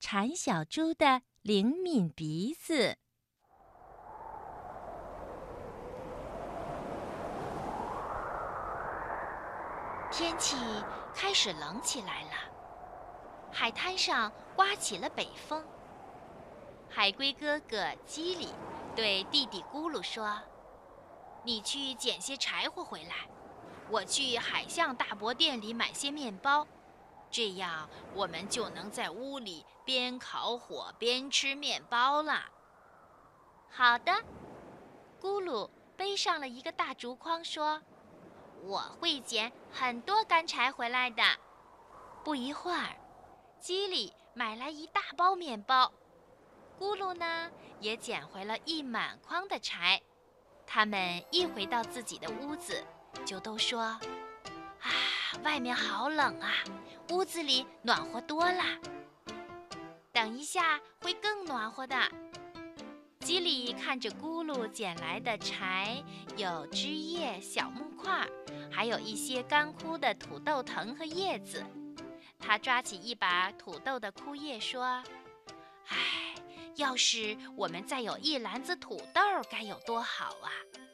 馋小猪的灵敏鼻子。天气开始冷起来了，海滩上刮起了北风。海龟哥哥基里对弟弟咕噜说：“你去捡些柴火回来，我去海象大伯店里买些面包，这样我们就能在屋里边烤火边吃面包了。”好的，咕噜背上了一个大竹筐说：“我会捡很多干柴回来的。”不一会儿，基里买来一大包面包，咕噜呢也捡回了一满筐的柴。他们一回到自己的屋子，就都说：“啊，外面好冷啊，屋子里暖和多了。等一下会更暖和的。”基里看着咕噜捡来的柴，有枝叶、小木块，还有一些干枯的土豆藤和叶子。他抓起一把土豆的枯叶说：“唉，要是我们再有一篮子土豆该有多好啊！”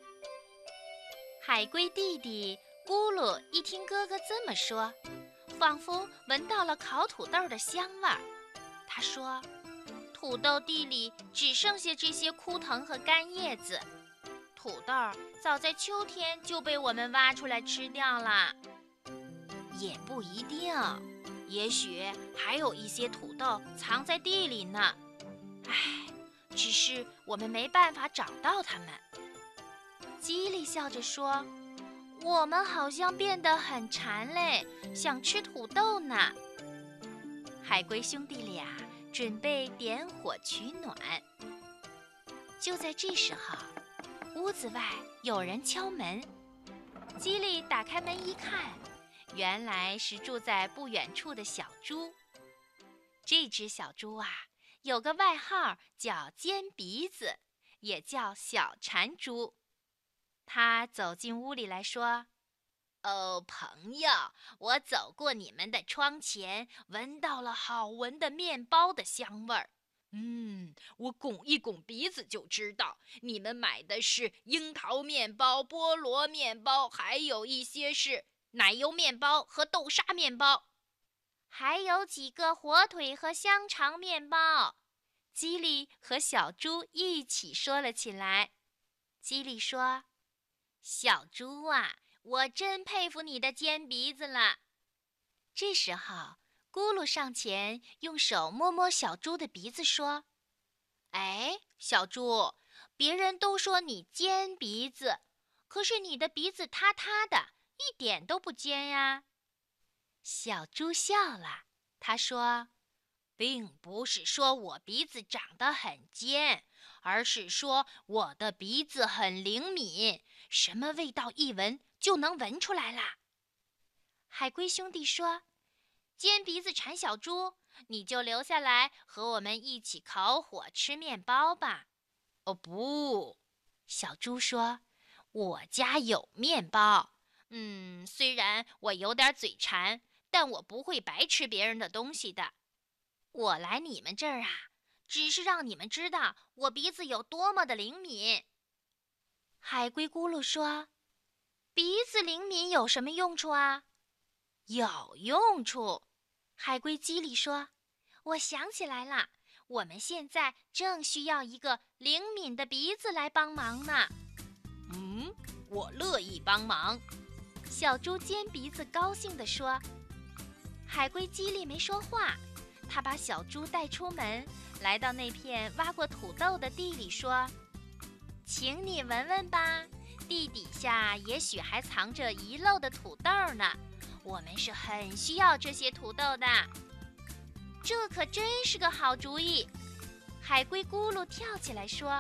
海龟弟弟咕噜一听哥哥这么说，仿佛闻到了烤土豆的香味儿。他说：“土豆地里只剩下这些枯藤和干叶子，土豆早在秋天就被我们挖出来吃掉了。”也不一定，也许还有一些土豆藏在地里呢。唉，只是我们没办法找到它们。基里笑着说：“我们好像变得很馋嘞，想吃土豆呢。”海龟兄弟俩准备点火取暖。就在这时候，屋子外有人敲门。基里打开门一看，原来是住在不远处的小猪。这只小猪啊，有个外号叫尖鼻子，也叫小馋猪。他走进屋里来说：“哦，朋友，我走过你们的窗前，闻到了好闻的面包的香味儿。我拱一拱鼻子就知道，你们买的是樱桃面包、菠萝面包，还有一些是奶油面包和豆沙面包，还有几个火腿和香肠面包。”基里和小猪一起说了起来。基里说：“小猪啊，我真佩服你的尖鼻子了。”这时候，咕噜上前用手摸摸小猪的鼻子说：“哎，小猪，别人都说你尖鼻子，可是你的鼻子塌塌的，一点都不尖呀。”小猪笑了，他说：“并不是说我鼻子长得很尖，而是说我的鼻子很灵敏，什么味道一闻就能闻出来啦。”海龟兄弟说：“尖鼻子馋小猪，你就留下来和我们一起烤火吃面包吧。”“哦不！”小猪说，“我家有面包。虽然我有点嘴馋，但我不会白吃别人的东西的。我来你们这儿啊，只是让你们知道我鼻子有多么的灵敏。”海龟咕噜说：“鼻子灵敏有什么用处啊？”“有用处。”海龟基里说：“我想起来了，我们现在正需要一个灵敏的鼻子来帮忙呢。”“我乐意帮忙。”小猪尖鼻子高兴地说。海龟基里没说话，他把小猪带出门，来到那片挖过土豆的地里说：“请你闻闻吧，地底下也许还藏着遗漏的土豆呢，我们是很需要这些土豆的。”这可真是个好主意。海龟咕噜跳起来说：“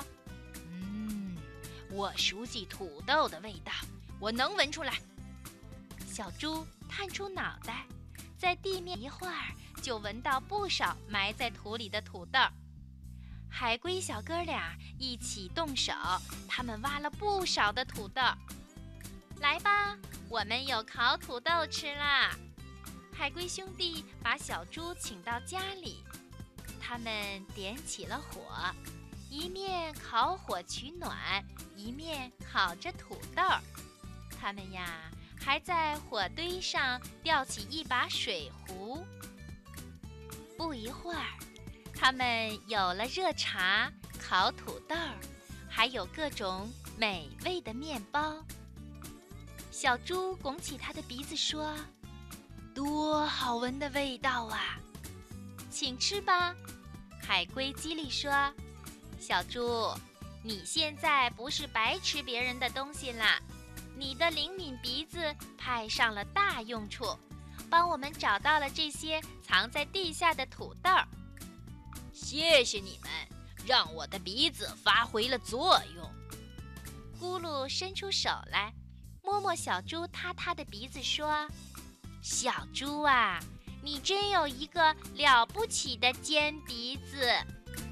我熟悉土豆的味道，我能闻出来。”小猪探出脑袋，在地面一会儿就闻到不少埋在土里的土豆。海龟小哥俩一起动手，他们挖了不少的土豆。来吧，我们有烤土豆吃啦！海龟兄弟把小猪请到家里，他他们点起了火，一面烤火取暖，一面烤着土豆。他们呀，还在火堆上吊起一把水壶。不一会儿，他们有了热茶、烤土豆，还有各种美味的面包。小猪拱起它的鼻子说：“多好闻的味道啊！”请吃吧。海龟叽里说：“小猪，你现在不是白吃别人的东西啦，你的灵敏鼻子派上了大用处，帮我们找到了这些藏在地下的土豆。 谢谢你们，让我的鼻子发挥了作用。” 咕噜伸出手来，摸摸小猪塌塌的鼻子说：“小猪啊，你真有一个了不起的尖鼻子。”